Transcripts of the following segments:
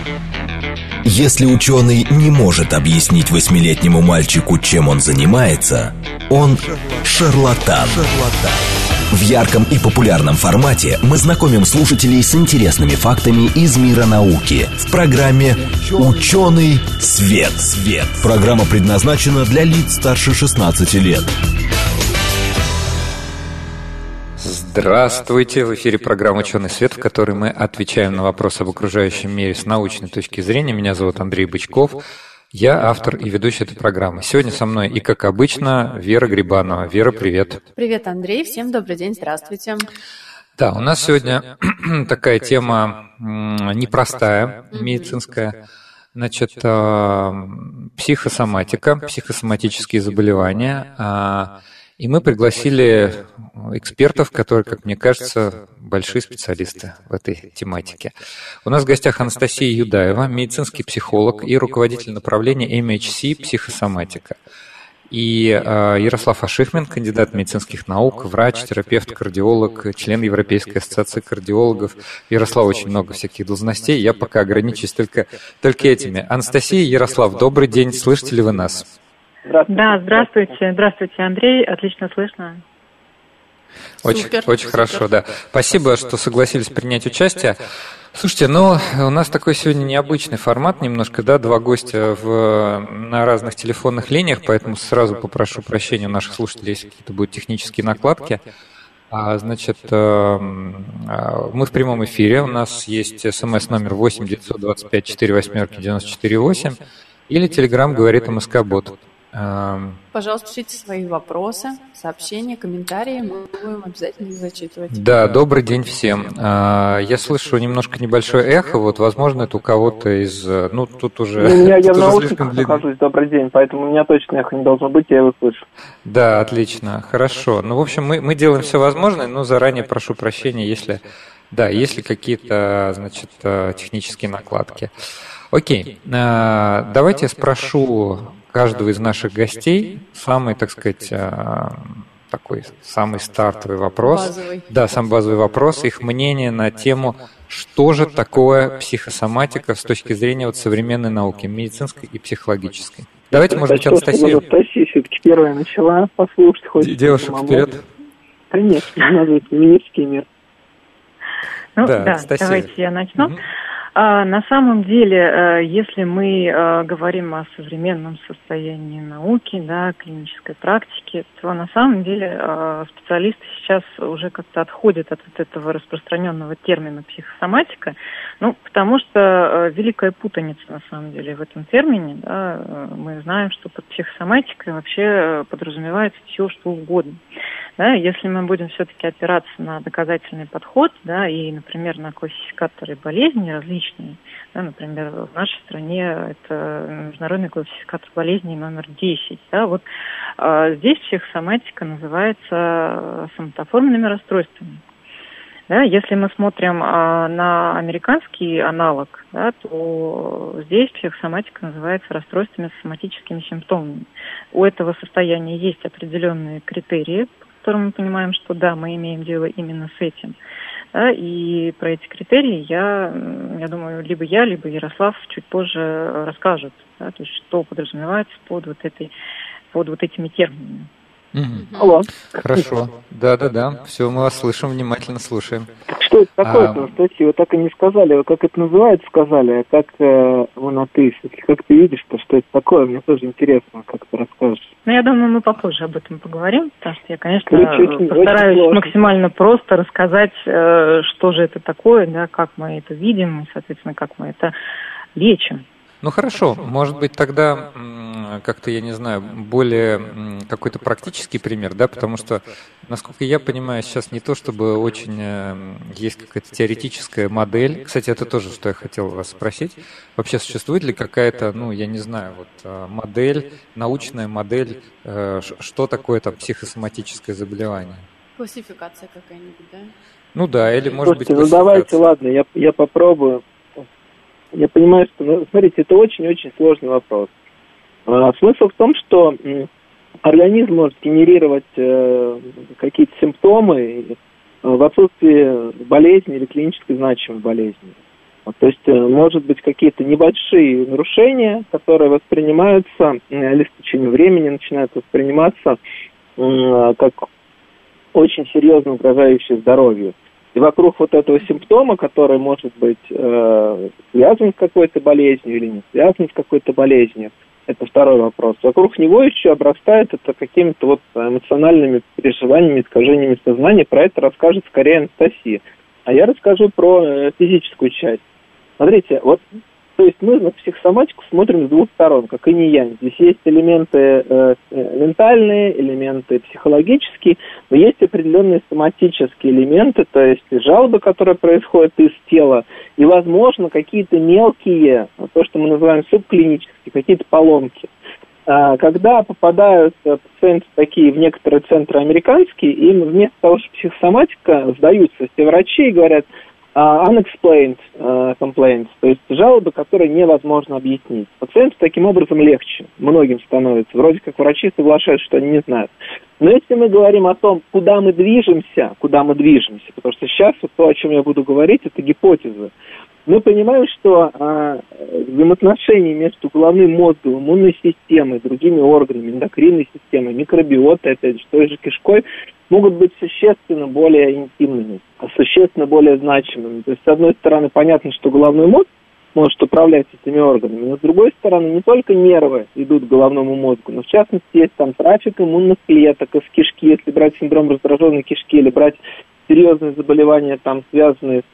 Если ученый не может объяснить 8-летнему мальчику, чем он занимается, он шарлатан. В ярком и популярном формате мы знакомим слушателей с интересными фактами из мира науки в программе «Ученый свет». Программа предназначена для лиц старше 16 лет. Здравствуйте! В эфире программа «Ученый свет», в которой мы отвечаем на вопросы об окружающем мире с научной точки зрения. Меня зовут Андрей Бычков. Я автор и ведущий этой программы. Сегодня со мной и, как обычно, Вера Грибанова. Вера, привет. Привет, Андрей. Всем добрый день. Здравствуйте. Да, у нас сегодня такая тема непростая, медицинская. Значит, психосоматика, психосоматические заболевания. И мы пригласили экспертов, которые, как мне кажется, большие специалисты в этой тематике. У нас в гостях Анастасия Юдаева, медицинский психолог и руководитель направления MHC «Психосоматика». И Ярослав Ашихмин, кандидат медицинских наук, врач, терапевт, кардиолог, член Европейской ассоциации кардиологов. Ярослав очень много всяких должностей, я пока ограничусь только этими. Анастасия, Ярослав, добрый день, слышите ли вы нас? Здравствуйте. Да, здравствуйте. Здравствуйте, Андрей. Отлично слышно. Очень хорошо, да. Спасибо, что согласились принять участие. Слушайте, у нас такой сегодня необычный формат немножко, да, два гостя на разных телефонных линиях, поэтому сразу попрошу прощения у наших слушателей, если какие-то будут технические накладки. Значит, мы в прямом эфире, у нас есть смс-номер 8 925 48 94 8 или телеграм говорит МСК-бот. Пожалуйста, пишите свои вопросы, сообщения, комментарии, мы будем обязательно их зачитывать. Да, добрый день всем. Я слышу немножко небольшое эхо, возможно, это у кого-то из... тут уже... Я в наушниках нахожусь, добрый день, поэтому у меня точно эхо не должно быть, я его слышу. Да, отлично, хорошо. В общем, мы делаем все возможное, но заранее прошу прощения, если какие-то, технические накладки. Окей, давайте я спрошу каждого из наших гостей самый, самый стартовый вопрос. Базовый. Да, самый базовый вопрос, их мнение на тему, что же такое психосоматика с точки зрения современной науки, медицинской и психологической. Давайте, может быть, Анастасию. Анастасия все-таки первая начала, послушать хочется. Девушек вперед. Конечно, надо феминистский мир. Да, давайте я начну. Угу. На самом деле, если мы говорим о современном состоянии науки, да, клинической практики, то на самом деле специалисты сейчас уже как-то отходят от этого распространенного термина психосоматика, потому что великая путаница на самом деле в этом термине. Да, мы знаем, что под психосоматикой вообще подразумевается все, что угодно. Да, если мы будем все-таки опираться на доказательный подход, да, и, например, на классификаторы болезней различные, да, например, в нашей стране это международный классификатор болезней номер 10. Да, здесь психосоматика называется соматоформенными расстройствами. Да, если мы смотрим на американский аналог, да, то здесь психосоматика называется расстройствами с соматическими симптомами. У этого состояния есть определенные критерии, по которым мы понимаем, что да, мы имеем дело именно с этим. Да, и про эти критерии я думаю, либо я, либо Ярослав чуть позже расскажут, да, то есть что подразумевается под этими терминами. Mm-hmm. Алло. Хорошо. Да. Все, мы вас слышим, внимательно слушаем. Что это такое, Анастасия? Вы так и не сказали. Вы как это называется, сказали, а как вы на «ты» все-таки? Как ты видишь-то, что это такое? Мне тоже интересно, как ты расскажешь. Я думаю, мы попозже об этом поговорим, потому что я, конечно, постараюсь максимально просто рассказать, что же это такое, да, как мы это видим, и, соответственно, как мы это лечим. Хорошо, может быть, тогда как-то, я не знаю, более какой-то практический пример, да, потому что, насколько я понимаю, сейчас не то, чтобы очень есть какая-то теоретическая модель. Кстати, это тоже, что я хотел вас спросить. Вообще существует ли какая-то, я не знаю, модель, научная модель, что такое там психосоматическое заболевание? Классификация какая-нибудь, да? Да, или, может быть, классификация. Давайте, ладно, я попробую. Я понимаю, что, смотрите, это очень-очень сложный вопрос. Смысл в том, что организм может генерировать какие-то симптомы в отсутствии болезни или клинически значимой болезни. То есть, может быть, какие-то небольшие нарушения, которые воспринимаются, или в течение времени начинают восприниматься как очень серьезно угрожающие здоровью. И вокруг вот этого симптома, который может быть связан с какой-то болезнью или не связан с какой-то болезнью, это второй вопрос. Вокруг него еще обрастает это какими-то вот эмоциональными переживаниями, искажениями сознания. Про это расскажет скорее Анастасия. А я расскажу про физическую часть. Смотрите, вот, то есть мы на психосоматику смотрим с двух сторон, как и не янь. Здесь есть элементы ментальные, элементы психологические, но есть определенные соматические элементы, то есть жалобы, которые происходят из тела, и, возможно, какие-то мелкие, то, что мы называем субклинические, какие-то поломки. Когда попадают пациенты такие в некоторые центры американские, им вместо того, что психосоматика, сдаются все врачи и говорят unexplained complaints, то есть жалобы, которые невозможно объяснить. Пациенту таким образом легче, многим становится. Вроде как врачи соглашаются, что они не знают. Но если мы говорим о том, куда мы движемся, потому что сейчас вот то, о чем я буду говорить, это гипотезы. Мы понимаем, что взаимоотношения между головным мозгом, иммунной системой, другими органами, эндокринной системой, микробиотой, опять же, той же кишкой, могут быть существенно более интимными, существенно более значимыми. То есть, с одной стороны, понятно, что головной мозг может управлять этими органами, но с другой стороны, не только нервы идут к головному мозгу, но в частности, есть там трафик иммунных клеток из кишки, если брать синдром раздраженной кишки или брать серьезные заболевания, там, связанные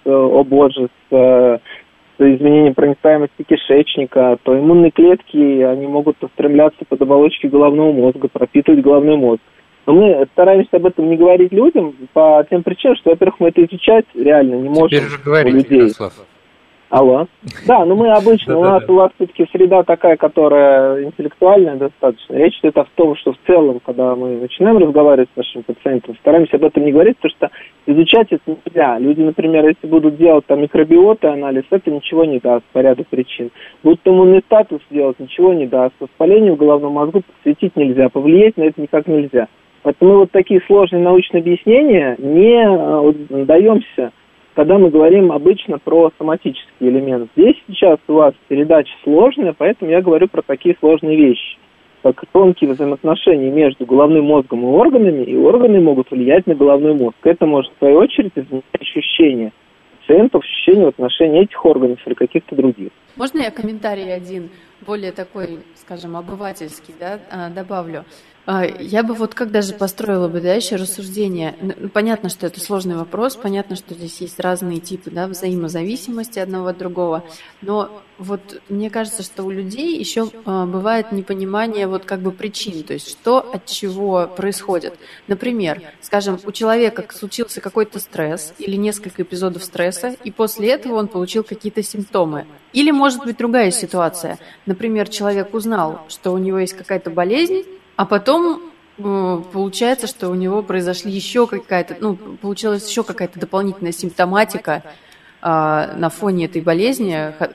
с изменением проницаемости кишечника, то иммунные клетки, они могут устремляться под оболочки головного мозга, пропитывать головной мозг. Но мы стараемся об этом не говорить людям по тем причинам, что, во-первых, мы это изучать реально не можем. Теперь же говорите, у людей. Ярослав. Алло. Да, но мы обычно, у вас все-таки среда такая, которая интеллектуальная достаточно. Речь идет о том, что в целом, когда мы начинаем разговаривать с нашим пациентом, стараемся об этом не говорить, потому что изучать это нельзя. Люди, например, если будут делать там микробиоты анализ, это ничего не даст по ряду причин. Будут иммунный статус делать, ничего не даст. Воспалению в головном мозгу подсветить нельзя, повлиять на это никак нельзя. Поэтому мы вот такие сложные научные объяснения не даемся, когда мы говорим обычно про соматический элемент. Здесь сейчас у вас передача сложная, поэтому я говорю про такие сложные вещи, как тонкие взаимоотношения между головным мозгом и органы могут влиять на головной мозг. Это может, в свою очередь, изменять ощущения пациентов, ощущения в отношении этих органов или каких-то других. Можно я комментарий один, более такой, скажем, обывательский, добавлю? Я бы вот как даже построила бы дальше рассуждение. Понятно, что это сложный вопрос, понятно, что здесь есть разные типы взаимозависимости одного от другого, но вот мне кажется, что у людей еще бывает непонимание вот как бы причин, то есть что от чего происходит. Например, скажем, у человека случился какой-то стресс или несколько эпизодов стресса, и после этого он получил какие-то симптомы. Или может быть другая ситуация. Например, человек узнал, что у него есть какая-то болезнь, а потом получается, что у него произошли получилась еще какая-то дополнительная симптоматика на фоне этой болезни,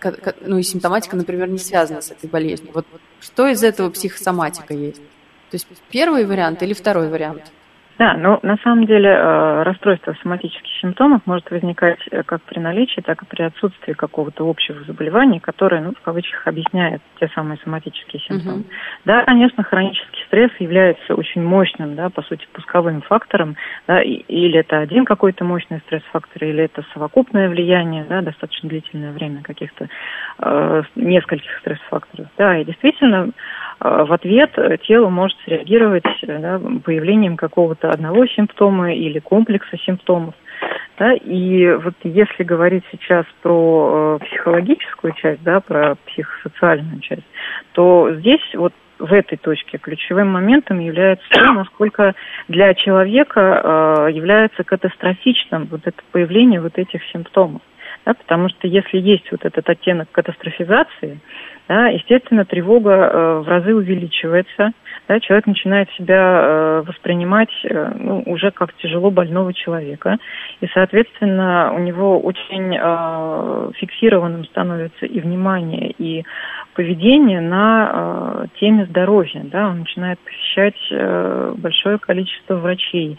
и симптоматика, например, не связана с этой болезнью. Вот что из этого психосоматика есть? То есть первый вариант или второй вариант? Да, на самом деле расстройство соматических симптомов может возникать как при наличии, так и при отсутствии какого-то общего заболевания, которое, в кавычках, объясняет те самые соматические симптомы. Угу. Да, конечно, хронический стресс является очень мощным, по сути, пусковым фактором, или это один какой-то мощный стресс-фактор, или это совокупное влияние, достаточно длительное время каких-то нескольких стресс-факторов. Да, и действительно, в ответ тело может среагировать появлением какого-то одного симптома или комплекса симптомов. Да? И вот если говорить сейчас про психологическую часть, про психосоциальную часть, то здесь вот в этой точке ключевым моментом является то, насколько для человека является катастрофичным вот это появление вот этих симптомов. Да, потому что если есть вот этот оттенок катастрофизации, естественно, тревога в разы увеличивается, человек начинает себя воспринимать уже как тяжело больного человека, и, соответственно, у него очень фиксированным становится и внимание, и поведение на теме здоровья. Он начинает посещать большое количество врачей,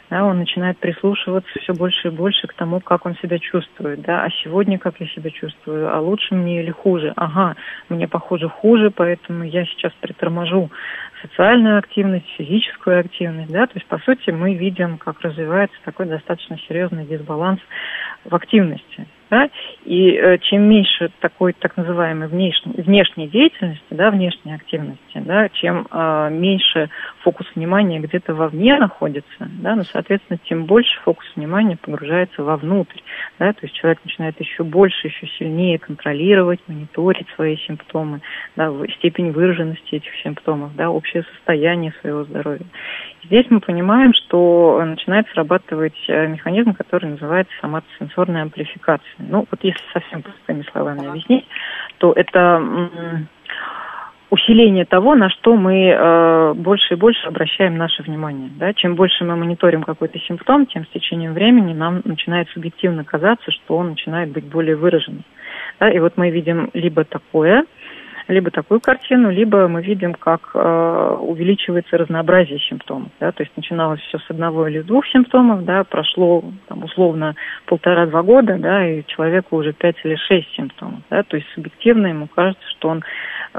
Да, он начинает прислушиваться все больше и больше к тому, как он себя чувствует, да, а сегодня как я себя чувствую, а лучше мне или хуже? Ага, мне, похоже, хуже, поэтому я сейчас приторможу социальную активность, физическую активность, да, то есть, по сути, мы видим, как развивается такой достаточно серьезный дисбаланс в активности. Да? И чем меньше такой так называемой внешней деятельности, да, внешней активности, да, чем меньше фокус внимания где-то вовне находится, да, ну, соответственно, тем больше фокус внимания погружается вовнутрь. Да, то есть человек начинает еще больше, еще сильнее контролировать, мониторить свои симптомы, да, степень выраженности этих симптомов, да, общее состояние своего здоровья. Здесь мы понимаем, что начинает срабатывать механизм, который называется соматосенсорная амплификация. Ну, вот если совсем простыми словами объяснить, то это усиление того, на что мы больше и больше обращаем наше внимание. Да? Чем больше мы мониторим какой-то симптом, тем с течением времени нам начинает субъективно казаться, что он начинает быть более выраженным. Да? И вот мы видим либо такую картину, либо мы видим, как увеличивается разнообразие симптомов. Да? То есть начиналось все с одного или двух симптомов, да, прошло там, условно 1,5-2 года, да, и человеку уже 5 или 6 симптомов. Да? То есть субъективно ему кажется, что он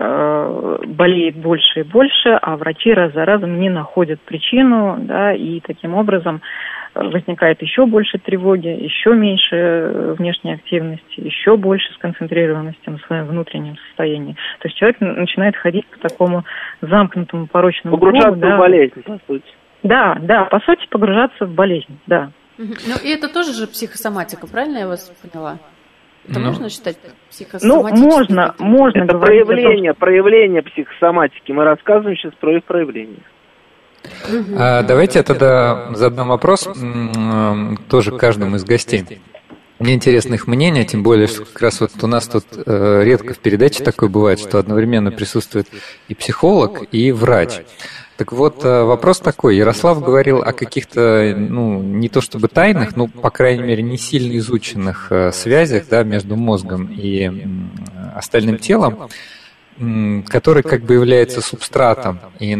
болеет больше и больше, а врачи раз за разом не находят причину, да, и таким образом возникает еще больше тревоги, еще меньше внешней активности, еще больше сконцентрированности на своем внутреннем состоянии. То есть человек начинает ходить по такому замкнутому порочному кругу. Погружаться в болезнь, по сути. Да, по сути, погружаться в болезнь, да. Ну, и это тоже же психосоматика, правильно я вас поняла? Это можно считать психосоматическим? Ну, можно это говорить. проявление психосоматики. Мы рассказываем сейчас про их проявление. Давайте я тогда задам вопрос тоже каждому из гостей. Мне интересно их мнение, тем более, что как раз вот у нас тут редко в передаче такое бывает, что одновременно присутствует и психолог, и врач. Так вот, вопрос такой. Ярослав говорил о каких-то, не то чтобы тайных, но, по крайней мере, не сильно изученных связях, да, между мозгом и остальным телом, который как бы является субстратом, и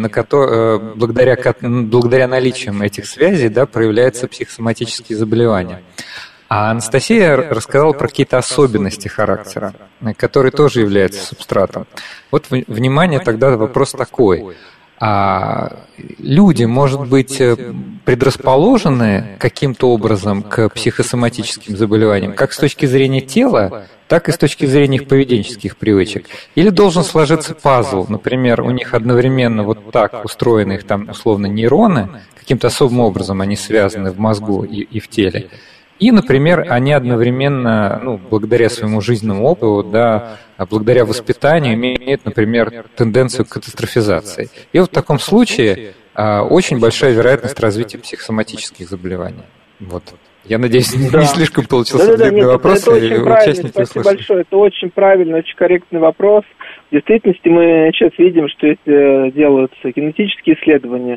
благодаря наличиям этих связей, да, проявляются психосоматические заболевания. А Анастасия рассказала про какие-то особенности характера, которые тоже являются субстратом. Вот, внимание, тогда вопрос такой. А люди, может быть, предрасположены каким-то образом к психосоматическим заболеваниям, как с точки зрения тела, так и с точки зрения их поведенческих привычек? Или должен сложиться пазл, например, у них одновременно вот так устроены их там условно нейроны, каким-то особым образом они связаны в мозгу и в теле, и, например, они одновременно, благодаря своему жизненному опыту, да, благодаря воспитанию, имеют, например, тенденцию к катастрофизации. И вот в таком случае очень большая вероятность развития психосоматических заболеваний. Вот. Я надеюсь, не слишком получился длинный вопрос, и участники услышали. Спасибо большое. Это очень правильный, очень корректный вопрос. В действительности мы сейчас видим, что если делаются генетические исследования,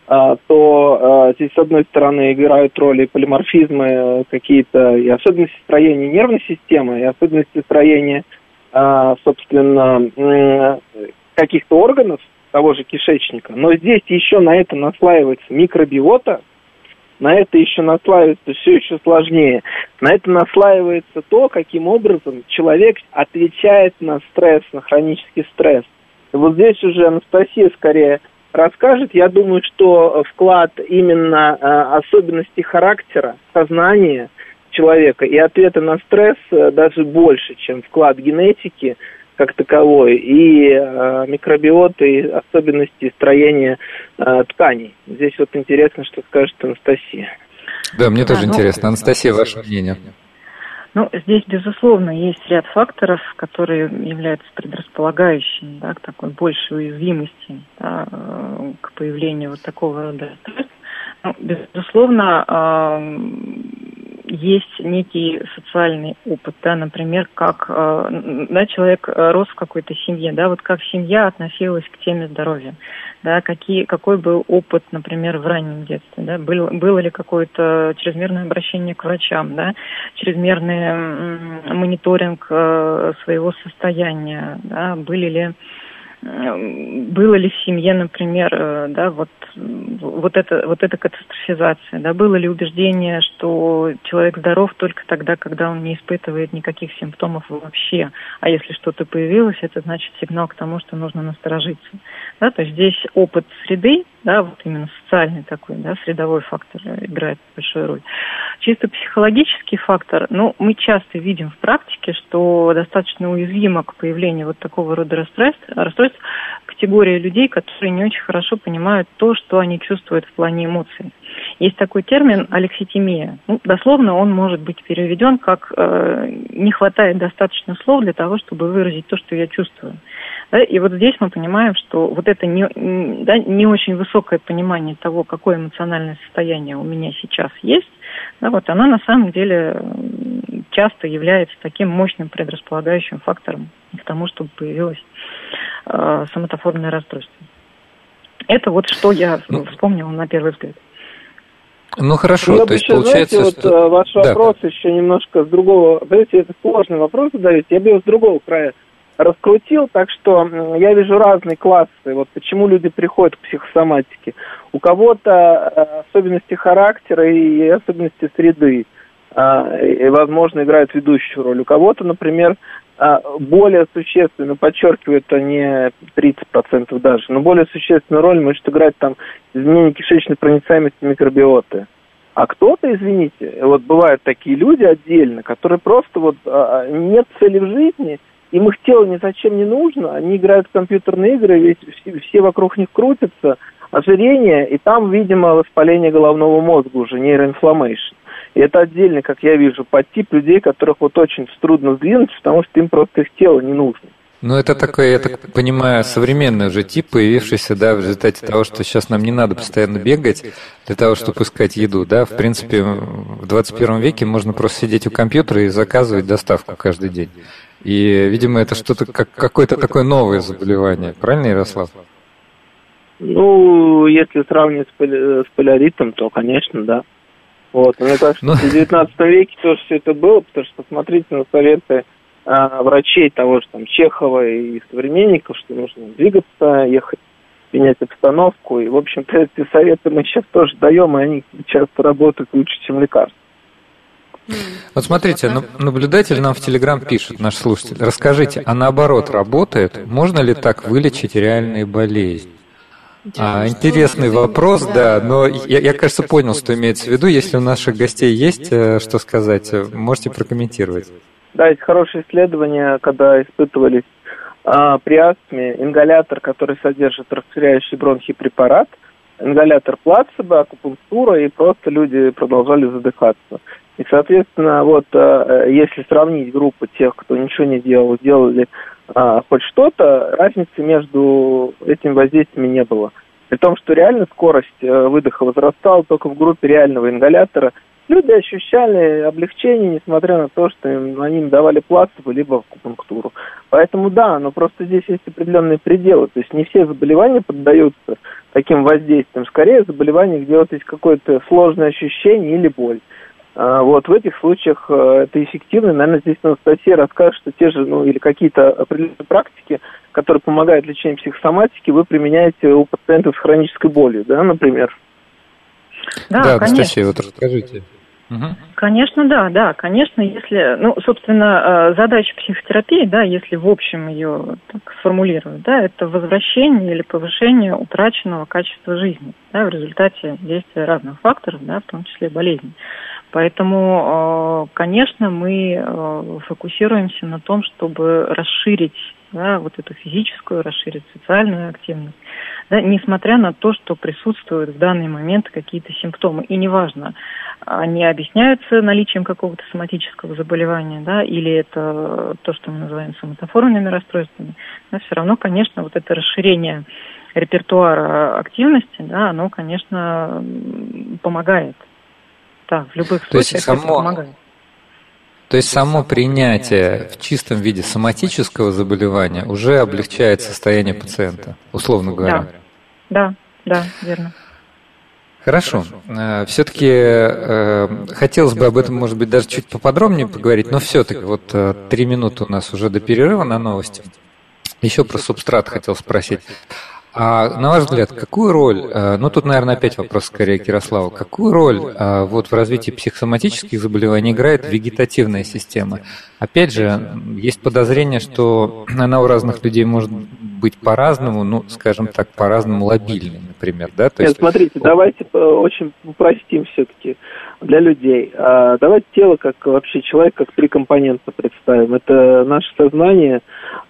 то здесь, с одной стороны, играют роли полиморфизмы какие-то, и особенности строения нервной системы, и особенности строения, собственно, каких-то органов, того же кишечника. Но здесь еще на это наслаивается микробиота, на это еще наслаивается все еще сложнее. На это наслаивается то, каким образом человек отвечает на стресс, на хронический стресс. И вот здесь уже Анастасия скорее расскажет. Я думаю, что вклад именно особенностей характера, сознания человека и ответа на стресс даже больше, чем вклад генетики как таковой и микробиоты, и особенности строения тканей. Здесь вот интересно, что скажет Анастасия. Да, мне тоже интересно. Анастасия, ваше мнение? Здесь, безусловно, есть ряд факторов, которые являются предрасполагающими, да, к такой большей уязвимости, да, к появлению вот такого рода стресса. Безусловно, есть некий социальный опыт, да, например, как человек рос в какой-то семье, да, вот как семья относилась к теме здоровья, да, какой был опыт, например, в раннем детстве, да, было ли какое-то чрезмерное обращение к врачам, да, чрезмерный мониторинг своего состояния, да, были ли было ли в семье, например, да, вот эта катастрофизация, да, было ли убеждение, что человек здоров только тогда, когда он не испытывает никаких симптомов вообще, а если что-то появилось, это значит сигнал к тому, что нужно насторожиться, да, то есть здесь опыт среды, да, вот именно социальный такой, да, средовой фактор играет большую роль. Чисто психологический фактор, мы часто видим в практике, что достаточно уязвимо к появлению вот такого рода расстройств категория людей, которые не очень хорошо понимают то, что они чувствуют в плане эмоций. Есть такой термин алекситимия. Дословно он может быть переведен как «не хватает достаточно слов для того, чтобы выразить то, что я чувствую». Да, и вот здесь мы понимаем, что вот это не очень высокое понимание того, какое эмоциональное состояние у меня сейчас есть, да, вот оно на самом деле часто является таким мощным предрасполагающим фактором к тому, чтобы появилось соматоформное расстройство. Это вот что я вспомнила на первый взгляд. Хорошо, то есть получается, знаете, что... ваш вопрос еще немножко с другого... Знаете, это сложный вопрос задаете, я бы его с другого края раскрутил, так что я вижу разные классы. Вот почему люди приходят к психосоматике. У кого-то особенности характера и особенности среды, и, возможно, играют ведущую роль. У кого-то, например, более существенно, подчеркиваю, это не 30% даже, но более существенную роль может играть там изменение кишечной проницаемости микробиоты. А кто-то, извините, вот бывают такие люди отдельно, которые просто нет цели в жизни, им их тело ни зачем не нужно, они играют в компьютерные игры, все вокруг них крутятся, ожирение, и там, видимо, воспаление головного мозга уже, нейроинфламмейшн. И это отдельно, как я вижу, подтип людей, которых очень трудно сдвинуть, потому что им просто их тело не нужно. Это такой, я так понимаю, современный уже тип, появившийся, да, в результате того, что сейчас нам не надо постоянно бегать для того, чтобы искать еду, да. В принципе, в 21 веке можно просто сидеть у компьютера и заказывать доставку каждый день. И, видимо, это что-то, какое-то такое новое заболевание. Правильно, Ярослав? Если сравнивать с полиоритом, то, конечно, да. Мне кажется, в 19 веке тоже все это было, потому что посмотрите на советы врачей того же Чехова и современников, что нужно двигаться, ехать, менять обстановку. И, в общем-то, эти советы мы сейчас тоже даем, и они часто работают лучше, чем лекарства. Вот смотрите, наблюдатель нам в Телеграм пишет, наш слушатель, расскажите, а наоборот работает? Можно ли так вылечить реальные болезни? Интересный вопрос, да, но я, кажется, понял, что имеется в виду. Если у наших гостей есть что сказать, можете прокомментировать. Да, есть хорошее исследование, когда испытывались при астме ингалятор, который содержит расширяющий бронхи препарат, ингалятор плацебо, акупунктура, и просто люди продолжали задыхаться. И, соответственно, если сравнить группы тех, кто ничего не делал, делали хоть что-то, разницы между этими воздействиями не было. При том, что реально скорость выдоха возрастала только в группе реального ингалятора. Люди ощущали облегчение, несмотря на то, что они им давали плацебо либо акупунктуру. Поэтому да, но просто здесь есть определенные пределы. То есть не все заболевания поддаются таким воздействиям. Скорее заболевания, где есть какое-то сложное ощущение или боль. В этих случаях это эффективно. Наверное, здесь Анастасия расскажет, что те же, или какие-то определенные практики, которые помогают лечению психосоматики, вы применяете у пациентов с хронической болью, да, например? Да, Анастасия, расскажите. Конечно, да, конечно, если, собственно, задача психотерапии, да, если в общем ее так сформулировать, да, это возвращение или повышение утраченного качества жизни, да, в результате действия разных факторов, да, в том числе болезней. Поэтому, конечно, мы фокусируемся на том, чтобы расширить, да, эту физическую, расширить социальную активность, да, несмотря на то, что присутствуют в данный момент какие-то симптомы. И неважно, они объясняются наличием какого-то соматического заболевания, да, или это то, что мы называем соматоформными расстройствами, но все равно, конечно, это расширение репертуара активности, да, оно, конечно, помогает. Да, в любых случаях это помогает. То есть само принятие в чистом виде соматического заболевания уже облегчает состояние пациента, условно говоря. Да, верно. Хорошо. Все-таки хотелось бы об этом, может быть, даже чуть поподробнее поговорить, но все-таки 3 минуты у нас уже до перерыва на новости. Еще про субстрат хотел спросить. А на ваш взгляд, какую роль, тут, наверное, опять вопрос скорее к Ярославу, какую роль вот в развитии психосоматических заболеваний играет вегетативная система? Опять же, есть подозрение, что она у разных людей может быть по-разному, скажем так, по-разному лобильной, например, да? То есть... Нет, смотрите, давайте очень упростим все-таки для людей. Давайте тело как вообще человек, как 3 компонента представим. Это наше сознание,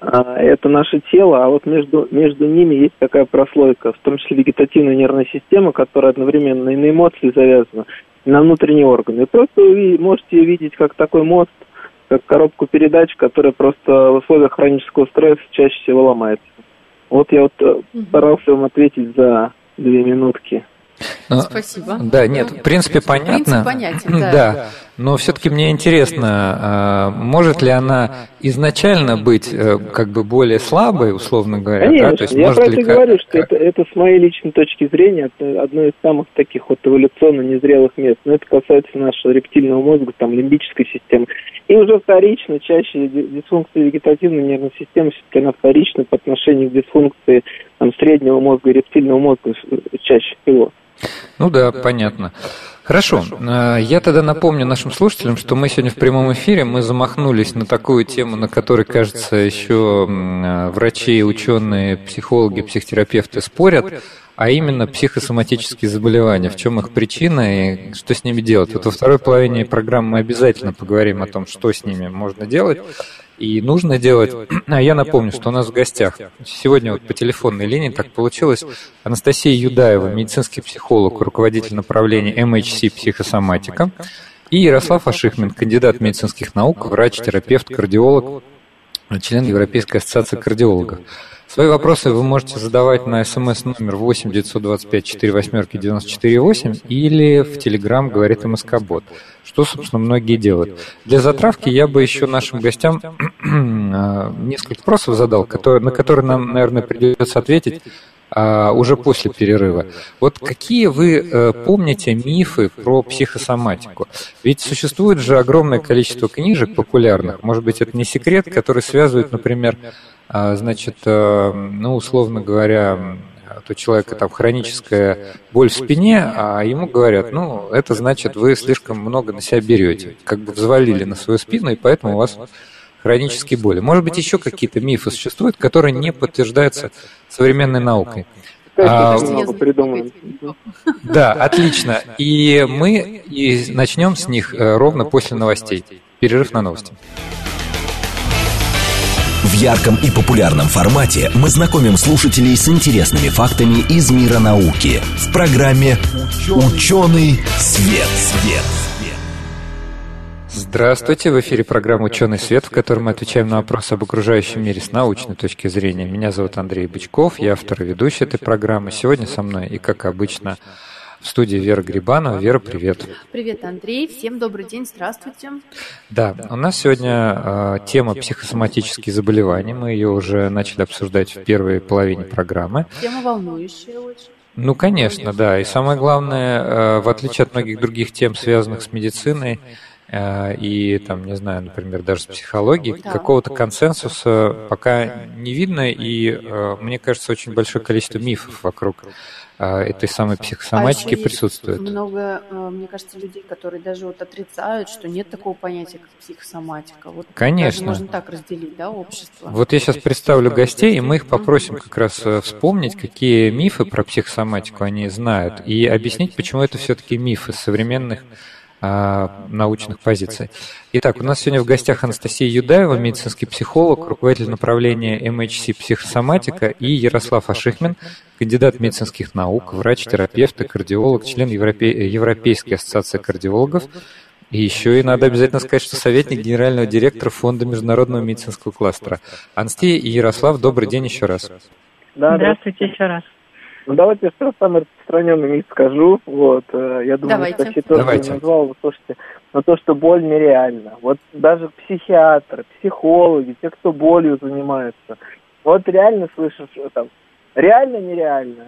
это наше тело, а вот между ними есть такая прослойка, в том числе вегетативная нервная система, которая одновременно и на эмоции завязана, и на внутренние органы. И просто вы можете видеть как такой мост, как коробку передач, которая просто в условиях хронического стресса чаще всего ломается. Вот я старался вам ответить за 2 минутки. Спасибо. Да, нет, в принципе, понятно. Принцип понятен, да. Но все-таки мне интересно, может ли она изначально быть как бы более слабой, условно говоря? Конечно, да? То есть, я может про ли это говорю, что это с моей личной точки зрения одно из самых таких вот эволюционно незрелых мест. Но это касается нашего рептильного мозга, там, лимбической системы. И уже вторично, чаще дисфункция вегетативной нервной системы, все-таки она вторична по отношению к дисфункции там, среднего мозга и рептильного мозга чаще всего. Ну да, понятно. Хорошо. Я тогда напомню нашим слушателям, что мы сегодня в прямом эфире, мы замахнулись на такую тему, на которой, кажется, еще врачи, ученые, психологи, психотерапевты спорят, а именно психосоматические заболевания, в чем их причина и что с ними делать. Вот во второй половине программы мы обязательно поговорим о том, что с ними можно делать и нужно делать. А я напомню, что у нас в гостях сегодня вот по телефонной линии так получилось Анастасия Юдаева, медицинский психолог, руководитель направления MHC «Психосоматика», и Ярослав Ашихмин, кандидат медицинских наук, врач, терапевт, кардиолог, член Европейской ассоциации кардиологов. Свои вопросы вы можете задавать на СМС-номер 8 925 48 94 8 или в Телеграм «Говорит МСК-бот», что, собственно, многие делают. Для затравки я бы еще нашим гостям несколько вопросов задал, на которые нам, наверное, придется ответить уже после перерыва. Вот какие вы помните мифы про психосоматику? Ведь существует же огромное количество книжек популярных, может быть, это не секрет, которые связывают, например, условно говоря, у человека там хроническая боль в спине, а ему говорят, это значит, вы слишком много на себя берете, как бы взвалили на свою спину, и поэтому у вас хронические боли. Может быть, еще какие-то мифы существуют, которые не подтверждаются современной наукой. Да, отлично. И мы начнем с них ровно после новостей. Перерыв на новости. В ярком и популярном формате мы знакомим слушателей с интересными фактами из мира науки в программе «Ученый свет». Здравствуйте, в эфире программа «Ученый свет», в которой мы отвечаем на вопросы об окружающем мире с научной точки зрения. Меня зовут Андрей Бычков, я автор и ведущий этой программы. Сегодня со мной, и как обычно, в студии Вера Грибанова. Вера, привет. Привет, Андрей. Всем добрый день, здравствуйте. Да, у нас сегодня тема психосоматические заболевания. Мы ее уже начали обсуждать в первой половине программы. Тема волнующая очень. Конечно, да. И самое главное, в отличие от многих других тем, связанных с медициной, и, не знаю, например, даже с психологией, какого-то консенсуса пока не видно, и, мне кажется, очень большое количество мифов вокруг этой самой психосоматики присутствует. Много, мне кажется, людей, которые даже отрицают, что нет такого понятия, как психосоматика. Конечно. Можно так разделить, да, общество. Вот я сейчас представлю гостей, и мы их попросим как раз вспомнить, какие мифы про психосоматику они знают, и объяснить, почему это все-таки мифы современных научных позиций. Итак, у нас сегодня в гостях Анастасия Юдаева, медицинский психолог, руководитель направления MHC «Психосоматика», и Ярослав Ашихмин, кандидат медицинских наук, врач-терапевт и кардиолог, член Европейской ассоциации кардиологов. И еще и надо обязательно сказать, что советник генерального директора Фонда международного медицинского кластера. Анастасия и Ярослав, добрый день еще раз. Да, здравствуйте еще раз. Давайте я сразу самый распространенный миф скажу. Я думаю, Анастасия тоже назвала, слушайте, то, что боль нереальна. Вот даже психиатры, психологи, те, кто болью занимаются, реально слышишь, реально-нереально.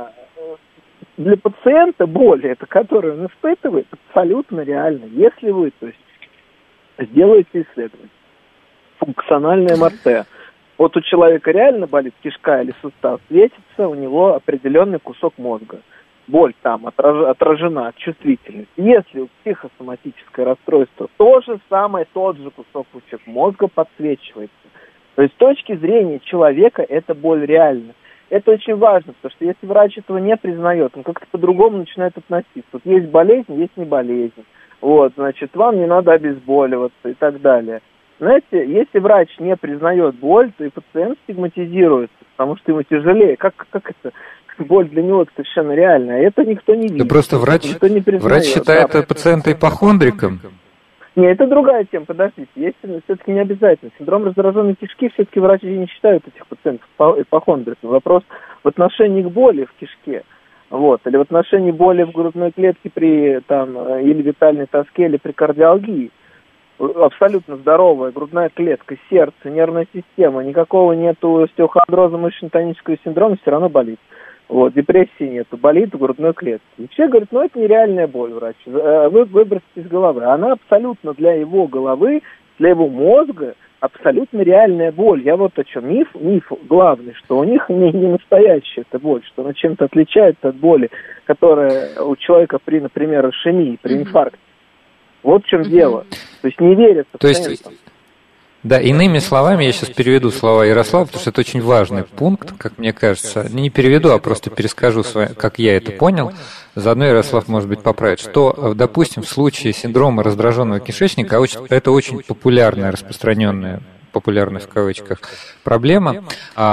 Для пациента боль, которую он испытывает, абсолютно реально. Если вы, сделаете исследование, функциональное МРТ, Вот у человека реально болит кишка или сустав, светится у него определенный кусок мозга. Боль там отражена, чувствительность. Если у психосоматическое расстройство то же самое, тот же кусочек мозга подсвечивается. То есть с точки зрения человека эта боль реальна. Это очень важно, потому что если врач этого не признает, он как-то по-другому начинает относиться. Вот есть болезнь, есть не болезнь. Вот, значит, вам не надо обезболиваться и так далее. Знаете, если врач не признает боль, то и пациент стигматизируется, потому что ему тяжелее. Как это? Боль для него совершенно реальная. Это никто не видит. Да просто врач считает пациента ипохондриком. Нет, это другая тема, подождите. Есть все-таки не обязательно. Синдром раздраженной кишки все-таки врачи не считают этих пациентов ипохондриками. Вопрос в отношении к боли в кишке. Вот, или в отношении боли в грудной клетке при или витальной тоске, или при кардиалгии. Абсолютно здоровая грудная клетка, сердце, нервная система, никакого нету остеохондроза, мышечно-тонического синдрома, все равно болит. Вот, депрессии нету, болит в грудной клетке. И все говорят, это нереальная боль, врач. Вы выбросите из головы. Она абсолютно для его головы, для его мозга абсолютно реальная боль. Я вот о чем. Миф главный, что у них не настоящая эта боль, что она чем-то отличается от боли, которая у человека при, например, ишемии, при инфаркте. Вот в чем дело. То есть не верят пациентам. Да, иными словами, я сейчас переведу слова Ярослава, потому что это очень важный пункт, как мне кажется. Не переведу, а просто перескажу, как я это понял. Заодно Ярослав, может быть, поправит. Что, допустим, в случае синдрома раздраженного кишечника, это очень популярная, распространенная, популярная в кавычках, проблема.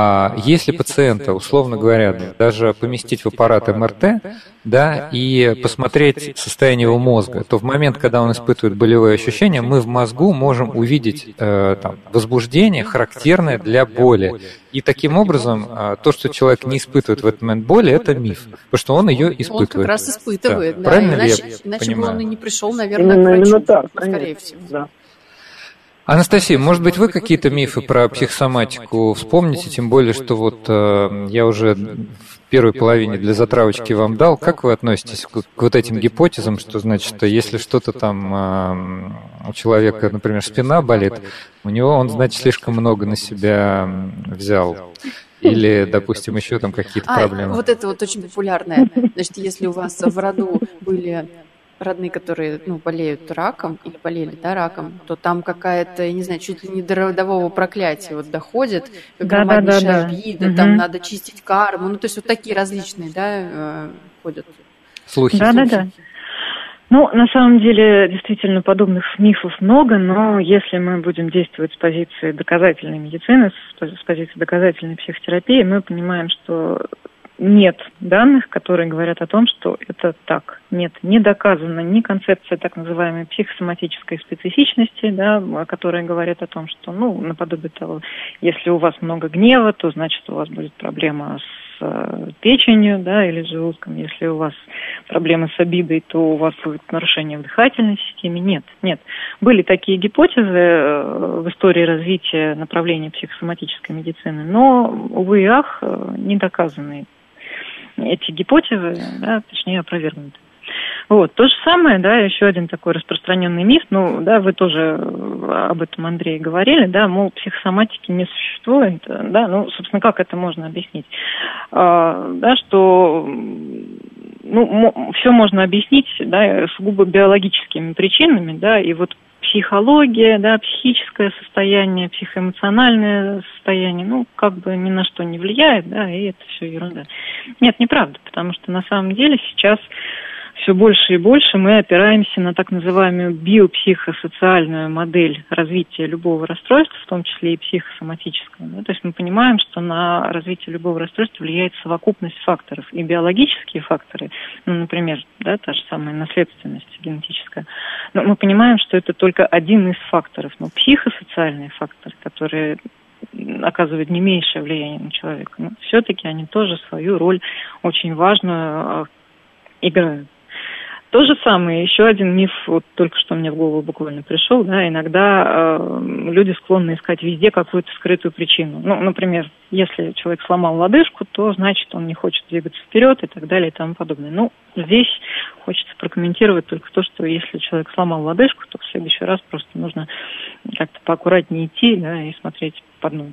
Если пациента, условно говоря, даже поместить в аппарат МРТ, да, и посмотреть состояние его мозга, то в момент, когда он испытывает болевые ощущения, мы в мозгу можем увидеть возбуждение, характерное для боли. И таким образом, то, что человек не испытывает в этот момент боли, это миф, потому что он ее испытывает. Он как раз испытывает, да. Правильно ли я иначе понимаю? бы он и не пришел, наверное, к врачу, именно так, скорее всего. Да. Анастасия, может быть, вы какие-то мифы про психосоматику вспомните, тем более, что вот я уже в первой половине для затравочки вам дал. Как вы относитесь к вот этим гипотезам, что значит, что если что-то там у человека, например, спина болит, у него он, значит, слишком много на себя взял? Или, допустим, еще там какие-то проблемы? Вот это вот очень популярное. Значит, если у вас в роду были родные, которые болеют раком или болели раком, то там какая-то, я не знаю, чуть ли не до родового проклятия вот доходит, громаднейшая обида, там надо чистить карму, то есть вот такие различные, ходят слухи. Да. Ну, на самом деле, действительно, подобных мифов много, но если мы будем действовать с позиции доказательной медицины, с позиции доказательной психотерапии, мы понимаем, что нет данных, которые говорят о том, что это так. Нет, не доказана ни концепция так называемой психосоматической специфичности, которая говорит о том, что, наподобие того, если у вас много гнева, то значит у вас будет проблема с печенью, или с желудком. Если у вас проблемы с обидой, то у вас будет нарушение в дыхательной системе. Нет. Были такие гипотезы в истории развития направления психосоматической медицины, но, увы и ах, не доказанные. Эти гипотезы, точнее, опровергнуты. Вот. То же самое, еще один такой распространенный миф, вы тоже об этом, Андрей, говорили, мол, психосоматики не существует, собственно, как это можно объяснить? Что, все можно объяснить, сугубо биологическими причинами, и вот психология, психическое состояние, психоэмоциональное состояние, ни на что не влияет, и это все ерунда. Нет, неправда, потому что на самом деле сейчас все больше и больше мы опираемся на так называемую биопсихосоциальную модель развития любого расстройства, в том числе и психосоматического. То есть мы понимаем, что на развитие любого расстройства влияет совокупность факторов. И биологические факторы, например, та же самая наследственность генетическая, но мы понимаем, что это только один из факторов. Но психосоциальные факторы, которые оказывают не меньшее влияние на человека, все-таки они тоже свою роль очень важную играют. То же самое, еще один миф, вот только что мне в голову буквально пришел, иногда люди склонны искать везде какую-то скрытую причину. Например, если человек сломал лодыжку, то значит он не хочет двигаться вперед и так далее и тому подобное. Здесь хочется прокомментировать только то, что если человек сломал лодыжку, то в следующий раз просто нужно как-то поаккуратнее идти, и смотреть под ноги.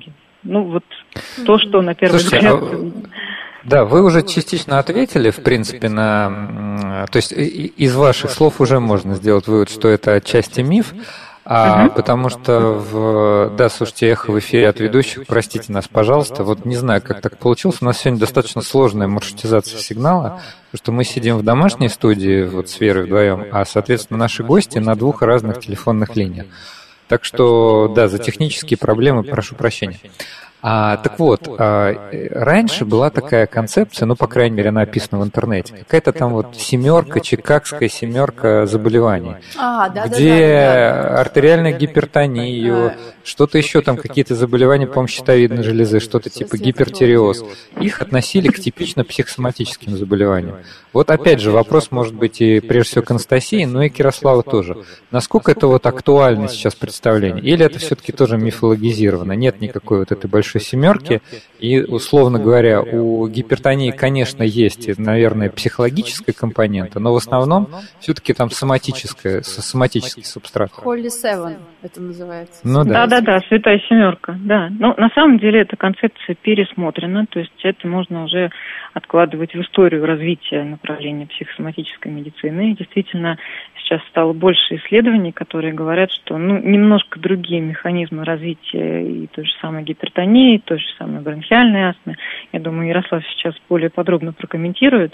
Ну, вот то, что на первый взгляд... Да, вы уже частично ответили, в принципе, на... То есть из ваших слов уже можно сделать вывод, что это отчасти миф, потому что, слушайте, эхо в эфире от ведущих, простите нас, пожалуйста, вот не знаю, как так получилось, у нас сегодня достаточно сложная маршрутизация сигнала, потому что мы сидим в домашней студии, вот с Верой вдвоем, а, соответственно, наши гости на 2 разных телефонных линиях. Так что, да, за технические проблемы прошу прощения. Так вот, раньше была такая концепция, ну, по крайней мере, она описана в интернете, какая-то там вот семерка, чикагская семерка заболеваний, где артериальная гипертония, что-то еще там, какие-то заболевания, по-моему, щитовидной железы, что-то типа гипертиреоз, их относили к типично психосоматическим заболеваниям. Вот опять же, вопрос может быть и прежде всего к Анастасии, но и к Ярославу тоже. Насколько это вот актуально сейчас представление? Или это все-таки тоже мифологизировано? Нет никакой вот этой большой семерки, и, условно говоря, у гипертонии, конечно, есть, наверное, психологическая компонента, но в основном все-таки там соматический субстрат. Holy Seven это называется. Ну, да, святая семерка, да. Но на самом деле эта концепция пересмотрена, то есть это можно уже откладывать в историю развития направления психосоматической медицины. И действительно, сейчас стало больше исследований, которые говорят, что немножко другие механизмы развития и той же самой гипертонии, той же самой бронхиальной астмы. Я думаю, Ярослав сейчас более подробно прокомментирует.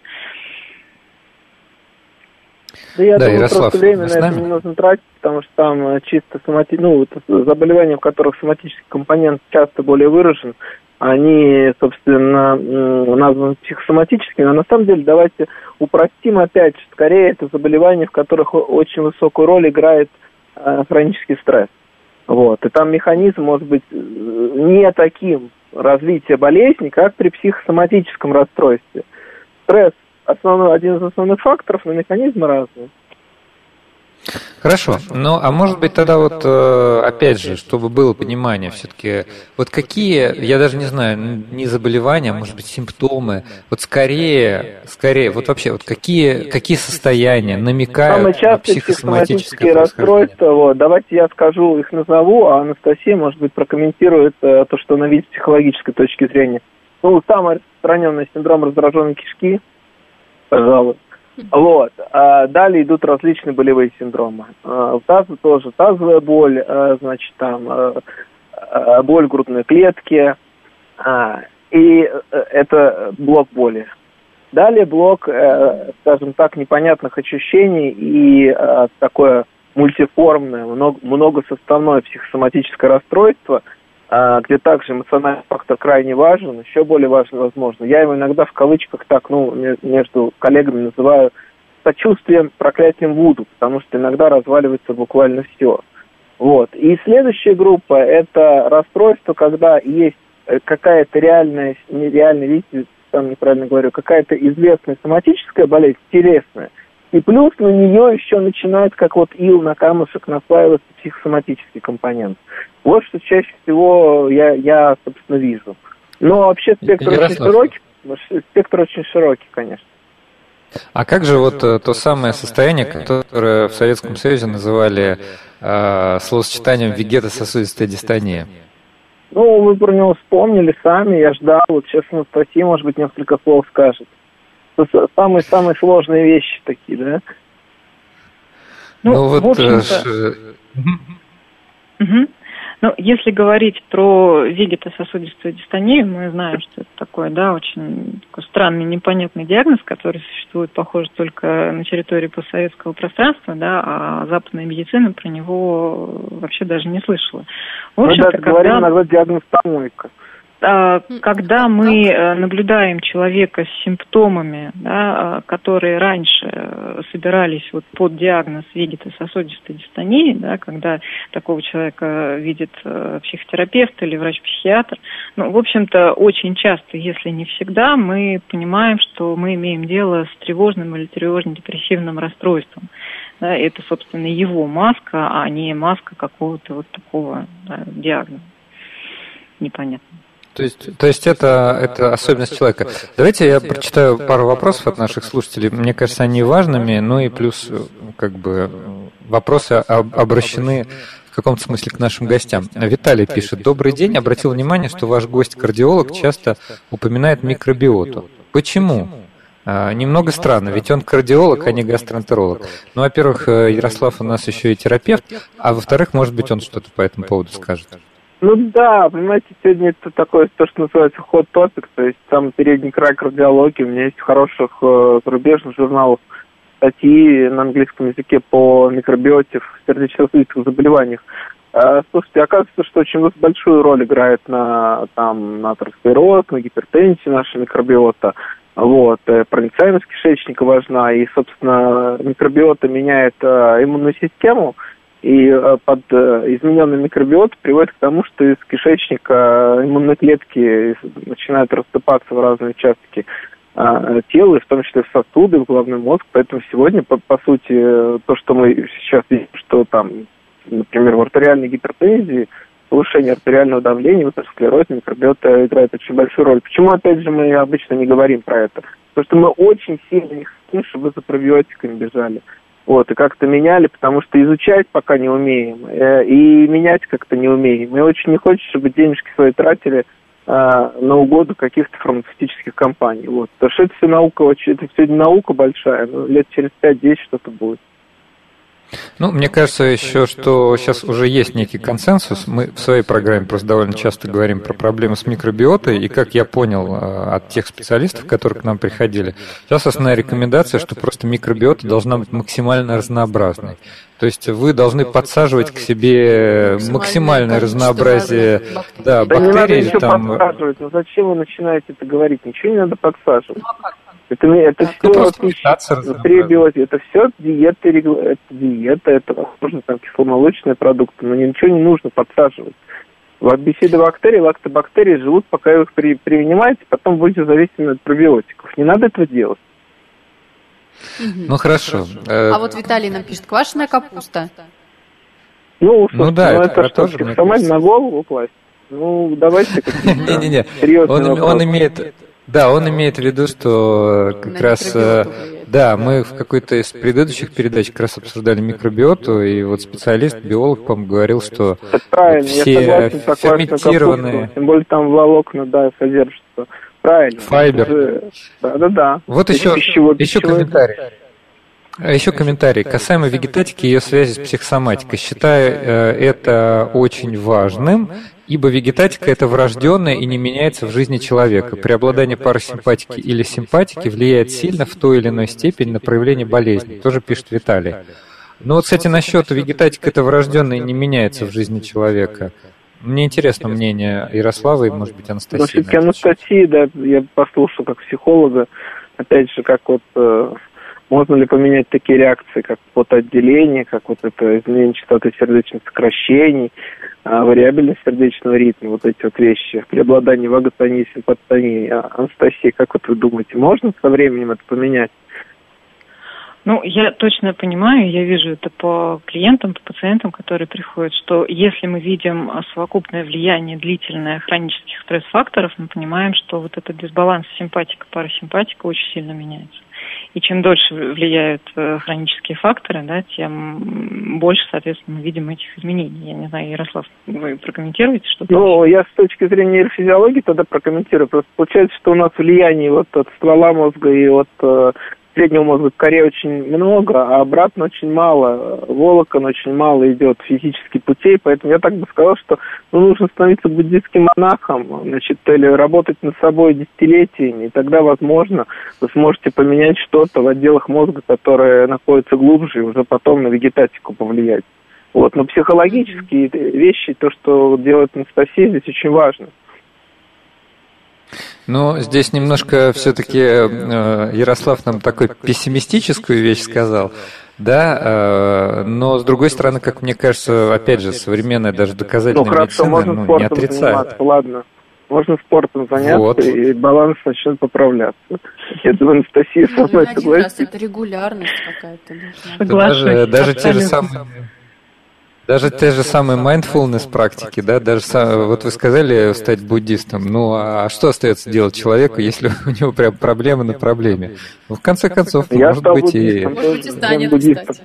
Да, я думаю, Ярослав, просто время на это не нужно тратить, потому что там чисто заболевания, в которых соматический компонент часто более выражен, они, собственно, названы психосоматическими, но на самом деле давайте упростим опять, скорее это заболевания, в которых очень высокую роль играет хронический стресс. Вот. И там механизм может быть не таким развития болезни, как при психосоматическом расстройстве. Стресс один из основных факторов, но механизмы разные. Хорошо. Ну, а может быть тогда вот, опять же, чтобы было понимание все-таки, вот какие, я даже не знаю, не заболевания, а может быть симптомы, вот скорее, вот вообще, вот какие состояния намекают самые частые на психосоматические расстройства, вот, давайте я скажу, их назову, а Анастасия, может быть, прокомментирует то, что она видит с психологической точки зрения. Ну, самый распространенный синдром раздраженной кишки, пожалуй. Вот. Далее идут различные болевые синдромы. В тазу тоже тазовая боль, значит, там боль грудной клетки, и это блок боли. Далее блок, скажем так, непонятных ощущений и такое мультиформное, многосоставное психосоматическое расстройство, где также эмоциональный фактор крайне важен, еще более важен, возможно. Я его иногда в кавычках так, между коллегами называю сочувствием, проклятием Вуду, потому что иногда разваливается буквально все. Вот. И следующая группа – это расстройство, когда есть какая-то реальная, видите, там неправильно говорю, какая-то известная соматическая болезнь, телесная, и плюс на нее еще начинает, как вот ил на камушек, наслаиваться психосоматический компонент. Вот что чаще всего я собственно, вижу. Но вообще спектр очень широкий, конечно. А как же вот то самое состояние, которое в Советском Союзе называли словосочетанием вегетососудистая дистония? Ну, вы про него вспомнили сами, я ждал. Вот сейчас Анастасия, может быть, несколько слов скажет. Самые сложные вещи такие, да? Ну вот... Ну, если говорить про вегетососудистую дистонию, мы знаем, что это такой, да, очень такой странный, непонятный диагноз, который существует, похоже, только на территории постсоветского пространства, да, а западная медицина про него вообще даже не слышала. В общем-то, говорим иногда диагноз помойка. Когда мы наблюдаем человека с симптомами, да, которые раньше собирались вот под диагноз вегетососудистой дистонии, да, когда такого человека видит психотерапевт или врач-психиатр, в общем-то, очень часто, если не всегда, мы понимаем, что мы имеем дело с тревожным или тревожно-депрессивным расстройством. Да, это, собственно, его маска, а не маска какого-то вот такого, да, диагноза. Непонятно. То есть это особенность человека. Давайте я прочитаю пару вопросов от наших слушателей. Мне кажется, они важными, ну и плюс как бы вопросы обращены в каком-то смысле к нашим гостям. Виталий пишет: «Добрый день. Обратил внимание, что ваш гость-кардиолог часто упоминает микробиоту. Почему?» Немного странно, ведь он кардиолог, а не гастроэнтеролог. Ну, во-первых, Ярослав у нас еще и терапевт, а во-вторых, может быть, он что-то по этому поводу скажет. Ну да, понимаете, сегодня это такое, то, что называется hot topic, то есть самый передний край кардиологии. У меня есть в хороших зарубежных журналах статьи на английском языке по микробиоте в сердечно-сосудистых заболеваниях. Слушайте, оказывается, что очень большую роль играет на атеросклероз, на гипертензию наша микробиота. Вот, проницаемость кишечника важна, и, собственно, микробиота меняет иммунную систему, и под измененный микробиот приводит к тому, что из кишечника иммунные клетки начинают рассыпаться в разные участки тела, в том числе в сосуды, в головной мозг. Поэтому сегодня, по сути, то, что мы сейчас видим, что там, например, в артериальной гипертензии, повышение артериального давления, в атеросклерозе микробиота играет очень большую роль. Почему, опять же, мы обычно не говорим про это? Потому что мы очень сильно не хотим, чтобы вы за пробиотиками бежали. Вот, и как-то меняли, потому что изучать пока не умеем, и менять как-то не умеем. И очень не хочется, чтобы денежки свои тратили на угоду каких-то фармацевтических компаний. Вот. Потому что это все наука, это все наука большая, но лет через 5-10 что-то будет. Ну, мне кажется еще, что сейчас уже есть некий консенсус. Мы в своей программе просто довольно часто говорим про проблемы с микробиотой, и, как я понял от тех специалистов, которые к нам приходили, сейчас основная рекомендация, что просто микробиота должна быть максимально разнообразной. То есть вы должны подсаживать к себе максимальное разнообразие бактерий. Да не надо ничего подсаживать. Ну зачем вы начинаете это говорить? Ничего не надо подсаживать. Это все пребиотики, это все диета, это, возможно, там кисломолочные продукты, но ничего не нужно подсаживать. Бифидобактерии, лактобактерии живут, пока вы их принимаете, потом будете зависимы от пробиотиков. Не надо этого делать. Ну хорошо. А вот Виталий нам пишет: квашеная капуста. Ну да, это что, самать на голову класть? Ну, давайте как-то серьезный он имеет... Да, он имеет в виду, что как раз, да, мы в какой-то из предыдущих передач как раз обсуждали микробиоту, и вот специалист, биолог, по-моему, говорил, что все ферментированные... Тем более там волокна, да, содержатся. Правильно. Файбер. Да. Вот еще комментарий. Еще комментарий касаемо вегетатики и ее связи с психосоматикой. Считаю это очень важным, ибо вегетатика – это врожденное и не меняется в жизни человека. Преобладание парасимпатики или симпатики влияет сильно в той или иной степени на проявление болезни. Тоже пишет Виталий. Но вот, кстати, насчет вегетатика – это врожденное и не меняется в жизни человека. Мне интересно мнение Ярослава и, может быть, Анастасии. Но все-таки Анастасия, да, я послушал как психолога, опять же, как вот... Можно ли поменять такие реакции, как потоотделение, как вот это изменение частоты сердечных сокращений, вариабельность сердечного ритма, вот эти вот вещи, преобладание ваготонии, симпатонии. Анастасия, как вот вы думаете, можно со временем это поменять? Ну, я точно понимаю, я вижу это по клиентам, по пациентам, которые приходят, что если мы видим совокупное влияние длительное хронических стресс-факторов, мы понимаем, что вот этот дисбаланс симпатика-парасимпатика очень сильно меняется. И чем дольше влияют хронические факторы, да, тем больше, соответственно, мы видим этих изменений. Я не знаю, Ярослав, вы прокомментируете что-то? Ну, я с точки зрения нейрофизиологии тогда прокомментирую. Просто получается, что у нас влияние вот от ствола мозга и от среднего мозга к коре очень много, а обратно очень мало. Волокон очень мало идет физических путей, поэтому я так бы сказал, что нужно становиться буддийским монахом, значит, или работать над собой десятилетиями, и тогда, возможно, вы сможете поменять что-то в отделах мозга, которые находятся глубже, и уже потом на вегетатику повлиять. Вот, но психологические вещи, то, что делает Анастасия, здесь очень важно. Ну, здесь немножко все-таки Ярослав нам такой пессимистическую вещь сказал, да, но с другой стороны, как мне кажется, опять же, современная даже доказательная медицина не отрицает. Ладно, можно спортом заняться, и баланс начнет поправляться. Я думаю, Анастасия со мной согласится. Это регулярность какая-то. Даже те же самые... Даже те же самые mindfulness практики, да, даже вот вы сказали стать буддистом, ну а что остается делать человеку, если у него прям проблема на проблеме? Ну, в конце концов, может быть, и станет,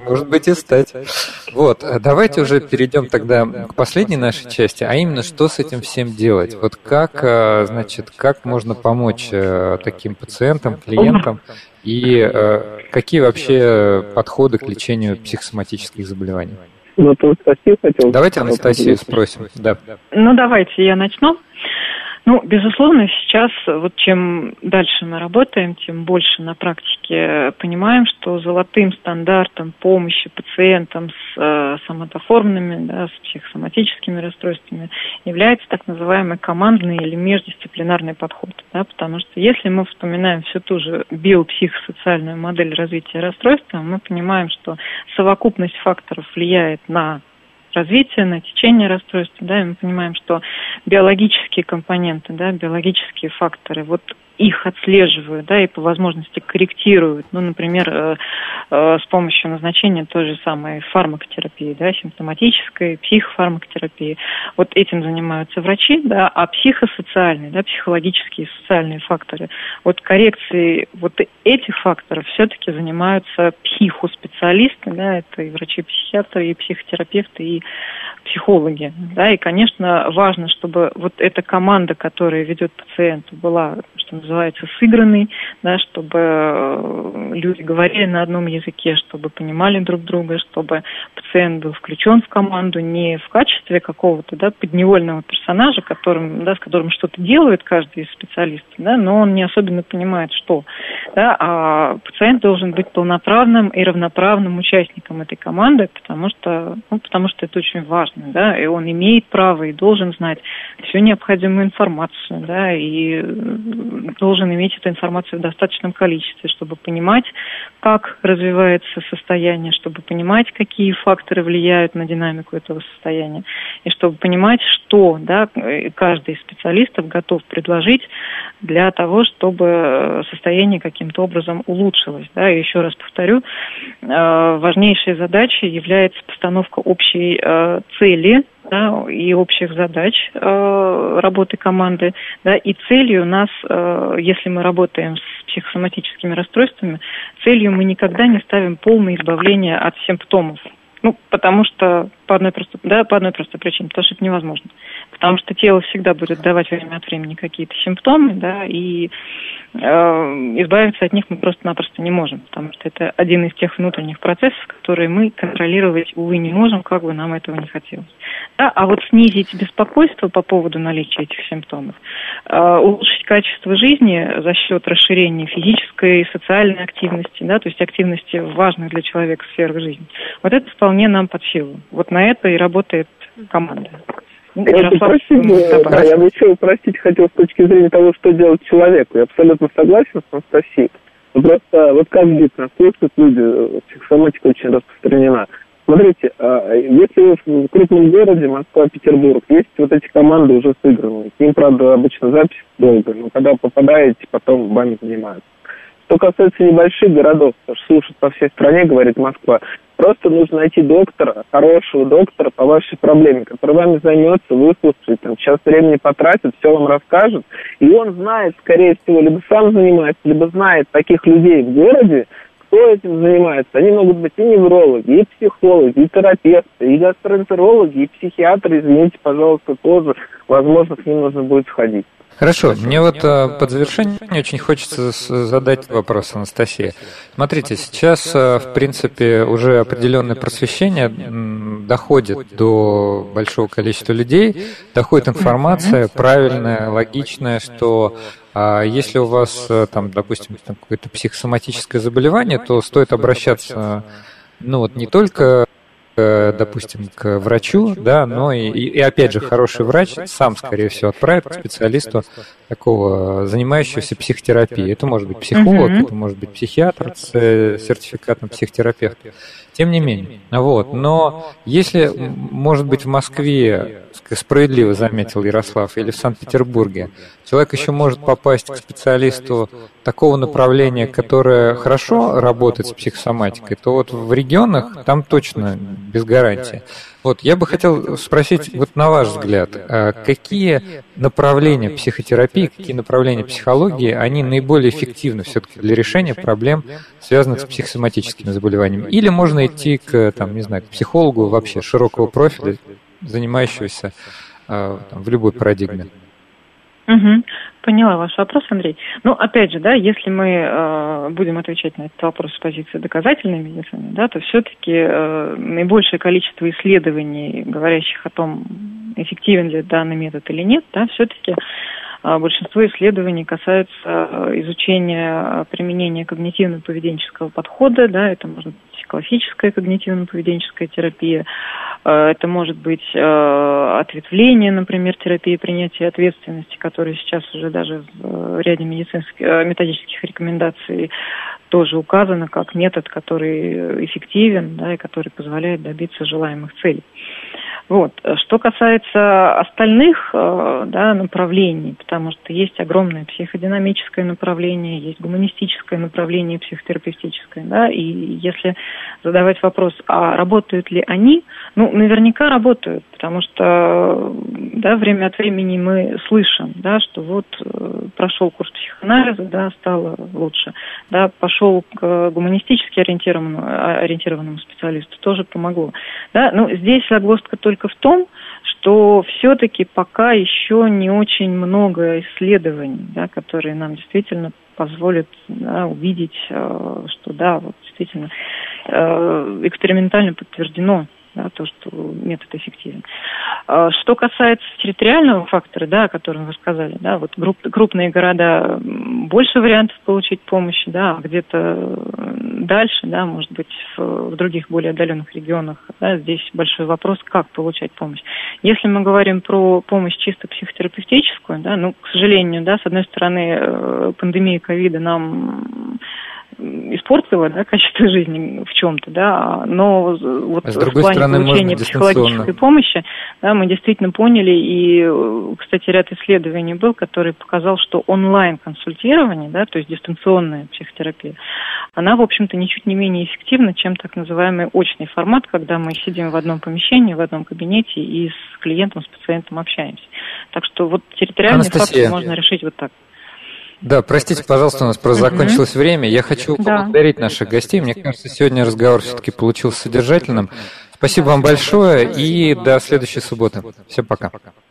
Может быть, и стать. Вот, давайте уже перейдем тогда к последней нашей части, а именно, что с этим всем делать? Вот как, значит, как можно помочь таким пациентам, клиентам, и какие вообще подходы к лечению психосоматических заболеваний? Вот Анастасию хотел. Давайте Анастасию спросим. Да. Ну, давайте я начну. Ну, безусловно, сейчас вот чем дальше мы работаем, тем больше на практике понимаем, что золотым стандартом помощи пациентам с соматоформными, да, с психосоматическими расстройствами является так называемый командный или междисциплинарный подход. Да, потому что если мы вспоминаем всю ту же биопсихосоциальную модель развития расстройства, мы понимаем, что совокупность факторов влияет на развитие, на течение расстройства, да, и мы понимаем, что биологические компоненты, да, биологические факторы, вот их отслеживают, да, и по возможности корректируют, ну, например, с помощью назначения той же самой фармакотерапии, да, симптоматической, психофармакотерапии. Вот этим занимаются врачи, да, а психосоциальные, да, психологические и социальные факторы, вот коррекцией вот этих факторов все-таки занимаются психоспециалисты, да, это и врачи-психиатры, и психотерапевты, и психологи, да, и, конечно, важно, чтобы вот эта команда, которая ведет пациента, была, что называется, сыгранной, да, чтобы люди говорили на одном языке, чтобы понимали друг друга, чтобы пациент был включен в команду не в качестве какого-то, да, подневольного персонажа, с которым что-то делает каждый из специалистов, да, но он не особенно понимает, что, да, а пациент должен быть полноправным и равноправным участником этой команды, потому что это очень важно, да, и он имеет право и должен знать всю необходимую информацию, да, и должен иметь эту информацию в достаточном количестве, чтобы понимать, как развивается состояние, чтобы понимать, какие факторы влияют на динамику этого состояния, и чтобы понимать, что, да, каждый из специалистов готов предложить для того, чтобы состояние каким-то образом улучшилось. Да. И еще раз повторю, важнейшей задачей является постановка общей цели, да, и общих задач работы команды, да, и целью у нас, если мы работаем с психосоматическими расстройствами, целью мы никогда не ставим полное избавление от симптомов. Ну, потому что по одной простой причине, потому что это невозможно. Потому что тело всегда будет давать время от времени какие-то симптомы, да, и избавиться от них мы просто-напросто не можем, потому что это один из тех внутренних процессов, которые мы контролировать, увы, не можем, как бы нам этого не хотелось. Да, а вот снизить беспокойство по поводу наличия этих симптомов, улучшить качество жизни за счет расширения физической и социальной активности, да, то есть активности важных для человека сферах жизни, вот это вполне нам под силу. Вот на это и работает команда. Я бы еще упростить хотел с точки зрения того, что делать человеку. Я абсолютно согласен с Анастасией. Просто вот как здесь нас слушают люди, психосоматика очень распространена. Смотрите, если в крупном городе, Москва, Петербург, есть вот эти команды уже сыгранные. К ним, правда, обычно запись долго, но когда попадаете, потом вами занимаются. Что касается небольших городов, потому что слушают по всей стране, говорит Москва, просто нужно найти доктора, хорошего доктора по вашей проблеме, который вами займется, выслушает, там, час времени потратит, все вам расскажет. И он знает, скорее всего, либо сам занимается, либо знает таких людей в городе, кто этим занимается. Они могут быть и неврологи, и психологи, и терапевты, и гастроэнтерологи, и психиатры, извините, пожалуйста, тоже. Возможно, к ним нужно будет сходить. Хорошо, мне вот под завершение очень хочется задать вопрос, Анастасия. Смотрите, сейчас, в принципе, уже определенное просвещение доходит до большого количества людей, доходит информация правильная, логичная, что если у вас, там, допустим, какое-то психосоматическое заболевание, то стоит обращаться, ну вот не только, допустим, к врачу, да, но и опять же хороший врач сам, скорее всего, отправит к специалисту такого, занимающегося психотерапией. Это может быть психолог, это может быть психиатр с сертификатом психотерапевта. Тем не менее. Вот. Но если, может быть, в Москве, справедливо заметил Ярослав, или в Санкт-Петербурге, человек еще может попасть к специалисту такого направления, которое хорошо работает с психосоматикой, то вот в регионах там точно без гарантии. Вот, я бы хотел спросить, вот на ваш взгляд, какие направления психотерапии, какие направления психологии, они наиболее эффективны все-таки для решения проблем, связанных с психосоматическими заболеваниями? Или можно идти к, там, не знаю, к психологу вообще широкого профиля, занимающегося в любой парадигме? Поняла ваш вопрос, Андрей. Ну, опять же, да, если мы будем отвечать на этот вопрос с позиции доказательной медицины, да, то все-таки наибольшее количество исследований, говорящих о том, эффективен ли данный метод или нет, да, все-таки большинство исследований касаются изучения применения когнитивно-поведенческого подхода, да, это может быть классическая когнитивно-поведенческая терапия, это может быть ответвление, например, терапии принятия ответственности, которая сейчас уже даже в ряде методических рекомендаций тоже указана как метод, который эффективен, да, и который позволяет добиться желаемых целей. Вот. Что касается остальных направлений, потому что есть огромное психодинамическое направление, есть гуманистическое направление психотерапевтическое, да, и если задавать вопрос, а работают ли они, ну, наверняка работают, потому что, да, время от времени мы слышим, да, что вот прошел курс психоанализа, да, стало лучше, да, пошел к гуманистически ориентированному специалисту, тоже помогло, да, ну, здесь загвоздка только в том, что все-таки пока еще не очень много исследований, да, которые нам действительно позволят, да, увидеть, что да, вот действительно экспериментально подтверждено, да, то, что метод эффективен. Что касается территориального фактора, да, о котором вы сказали, да, вот крупные города больше вариантов получить помощь, да, где-то дальше, да, может быть, в других более отдаленных регионах, да, здесь большой вопрос, как получать помощь. Если мы говорим про помощь чисто психотерапевтическую, да, ну, к сожалению, да, с одной стороны, пандемия ковида нам испортила, да, качество жизни в чем-то, да, но вот в плане получения психологической помощи, да, мы действительно поняли, и, кстати, ряд исследований был, который показал, что онлайн-консультирование, да, то есть дистанционная психотерапия, она, в общем-то, ничуть не менее эффективна, чем так называемый очный формат, когда мы сидим в одном помещении, в одном кабинете и с клиентом, с пациентом общаемся. Так что вот территориальный фактор можно решить вот так. Да, простите, пожалуйста, у нас просто закончилось время. Я хочу поблагодарить наших гостей. Мне кажется, сегодня разговор все-таки получился содержательным. Спасибо вам большое и до следующей субботы. Всем пока.